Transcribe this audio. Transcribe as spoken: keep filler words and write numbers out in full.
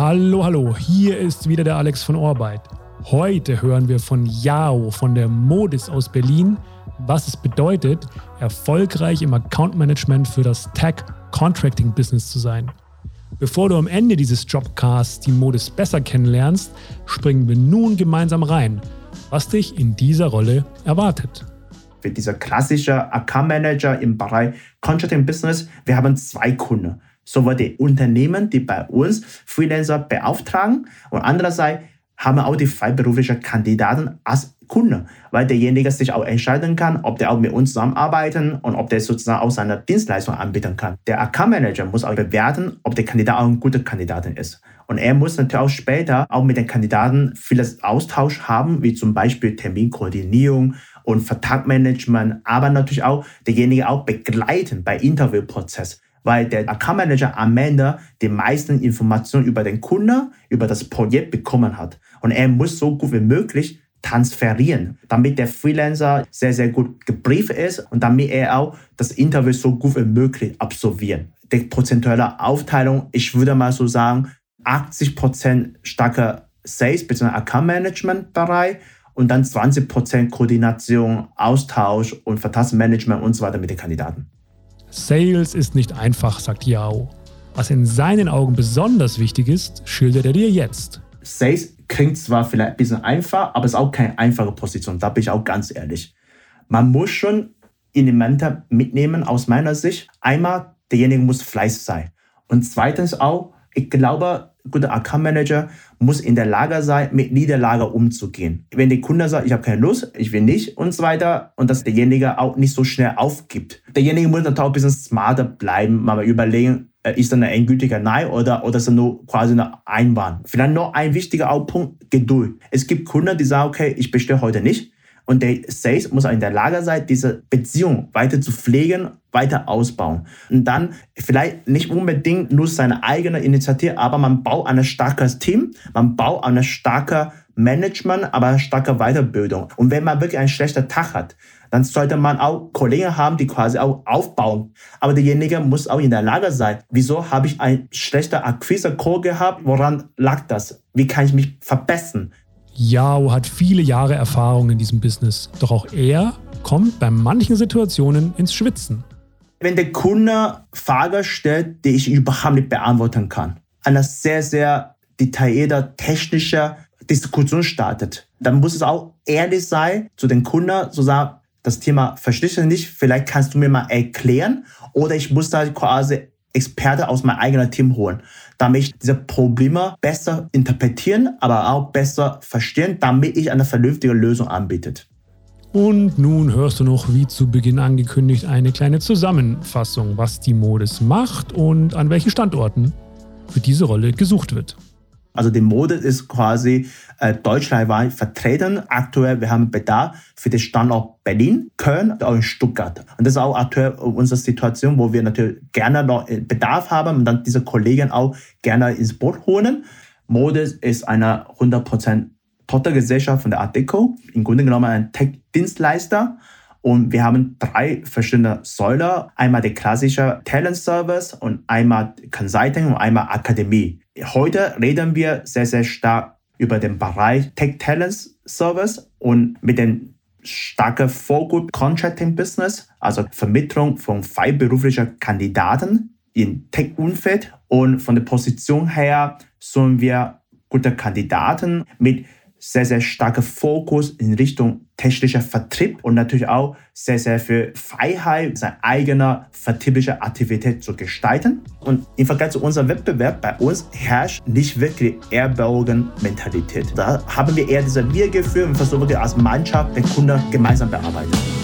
Hallo, hallo, hier ist wieder der Alex von Orbeit. Heute hören wir von Yao von der Modis aus Berlin, was es bedeutet, erfolgreich im Account Management für das Tech-Contracting-Business zu sein. Bevor du am Ende dieses Jobcasts die Modis besser kennenlernst, springen wir nun gemeinsam rein, was dich in dieser Rolle erwartet. Für dieser klassische Account Manager im Bereich Contracting Business, wir haben zwei Kunden. Sowohl die Unternehmen, die bei uns Freelancer beauftragen, und andererseits haben wir auch die freiberuflichen Kandidaten als Kunden, weil derjenige sich auch entscheiden kann, ob der auch mit uns zusammenarbeiten und ob der sozusagen auch seine Dienstleistung anbieten kann. Der Account Manager muss auch bewerten, ob der Kandidat auch ein guter Kandidat ist. Und er muss natürlich auch später auch mit den Kandidaten vieles Austausch haben, wie zum Beispiel Terminkoordinierung und Vertragsmanagement, aber natürlich auch derjenige auch begleiten bei Interviewprozess. Weil der Account Manager am Ende die meisten Informationen über den Kunden, über das Projekt bekommen hat. Und er muss so gut wie möglich transferieren, damit der Freelancer sehr, sehr gut gebrieft ist und damit er auch das Interview so gut wie möglich absolviert. Die prozentuelle Aufteilung, ich würde mal so sagen, achtzig Prozent starker Sales- bzw. Account Management Bereich und dann zwanzig Prozent Koordination, Austausch und Vertragsmanagement und so weiter mit den Kandidaten. Sales ist nicht einfach, sagt Yao. Was in seinen Augen besonders wichtig ist, schildert er dir jetzt. Sales klingt zwar vielleicht ein bisschen einfach, aber es ist auch keine einfache Position. Da bin ich auch ganz ehrlich. Man muss schon Elemente mitnehmen aus meiner Sicht. Einmal, derjenige muss fleißig sein. Und zweitens auch, ich glaube, ein guter Account Manager muss in der Lage sein, mit Niederlage umzugehen. Wenn der Kunde sagt, ich habe keine Lust, ich will nicht und so weiter, und dass derjenige auch nicht so schnell aufgibt. Derjenige muss natürlich auch ein bisschen smarter bleiben, mal überlegen, ist das ein endgültiger Nein oder, oder ist das nur quasi eine Einwand. Vielleicht noch ein wichtiger auch Punkt, Geduld. Es gibt Kunden, die sagen, okay, ich bestelle heute nicht. Und der Sales muss auch in der Lage sein, diese Beziehung weiter zu pflegen, weiter ausbauen. Und dann vielleicht nicht unbedingt nur seine eigene Initiative, aber man baut ein starkes Team, man baut ein starkes Management, aber eine starke Weiterbildung. Und wenn man wirklich einen schlechten Tag hat, dann sollte man auch Kollegen haben, die quasi auch aufbauen. Aber derjenige muss auch in der Lage sein, wieso habe ich einen schlechten Akquise-Call gehabt, woran lag das? Wie kann ich mich verbessern? Yao hat viele Jahre Erfahrung in diesem Business, doch auch er kommt bei manchen Situationen ins Schwitzen. Wenn der Kunde Fragen stellt, die ich überhaupt nicht beantworten kann, eine sehr, sehr detaillierte technische Diskussion startet, dann muss es auch ehrlich sein zu den Kunden, zu sagen, das Thema verstehe ich nicht, vielleicht kannst du mir mal erklären, oder ich muss da quasi Experte aus meinem eigenen Team holen, damit ich diese Probleme besser interpretieren, aber auch besser verstehen, damit ich eine vernünftige Lösung anbiete. Und nun hörst du noch, wie zu Beginn angekündigt, eine kleine Zusammenfassung, was die Modis macht und an welchen Standorten für diese Rolle gesucht wird. Also die Modis ist quasi äh, deutschlandweit vertreten. Aktuell, wir haben Bedarf für den Standort Berlin, Köln und auch in Stuttgart. Und das ist auch aktuell unsere Situation, wo wir natürlich gerne noch Bedarf haben und dann diese Kollegen auch gerne ins Boot holen. Modis ist eine hundert Prozent Tochtergesellschaft von der Art Deco. Im Grunde genommen ein Tech-Dienstleister. Und wir haben drei verschiedene Säulen. Einmal der klassische Talent Service und einmal Consulting und einmal Akademie. Heute reden wir sehr, sehr stark über den Bereich Tech Talent Service und mit dem starken Fokus Contracting Business, also Vermittlung von freiberuflichen Kandidaten im Tech-Umfeld. Und von der Position her suchen wir gute Kandidaten mit sehr, sehr starker Fokus in Richtung technischer Vertrieb und natürlich auch sehr, sehr viel Freiheit, seine eigene vertriebliche Aktivität zu gestalten. Und im Vergleich zu unserem Wettbewerb, bei uns herrscht nicht wirklich Ellbogen-Mentalität. Da haben wir eher dieses Wir-Gefühl und versuchen wirklich als Mannschaft den Kunden gemeinsam bearbeiten.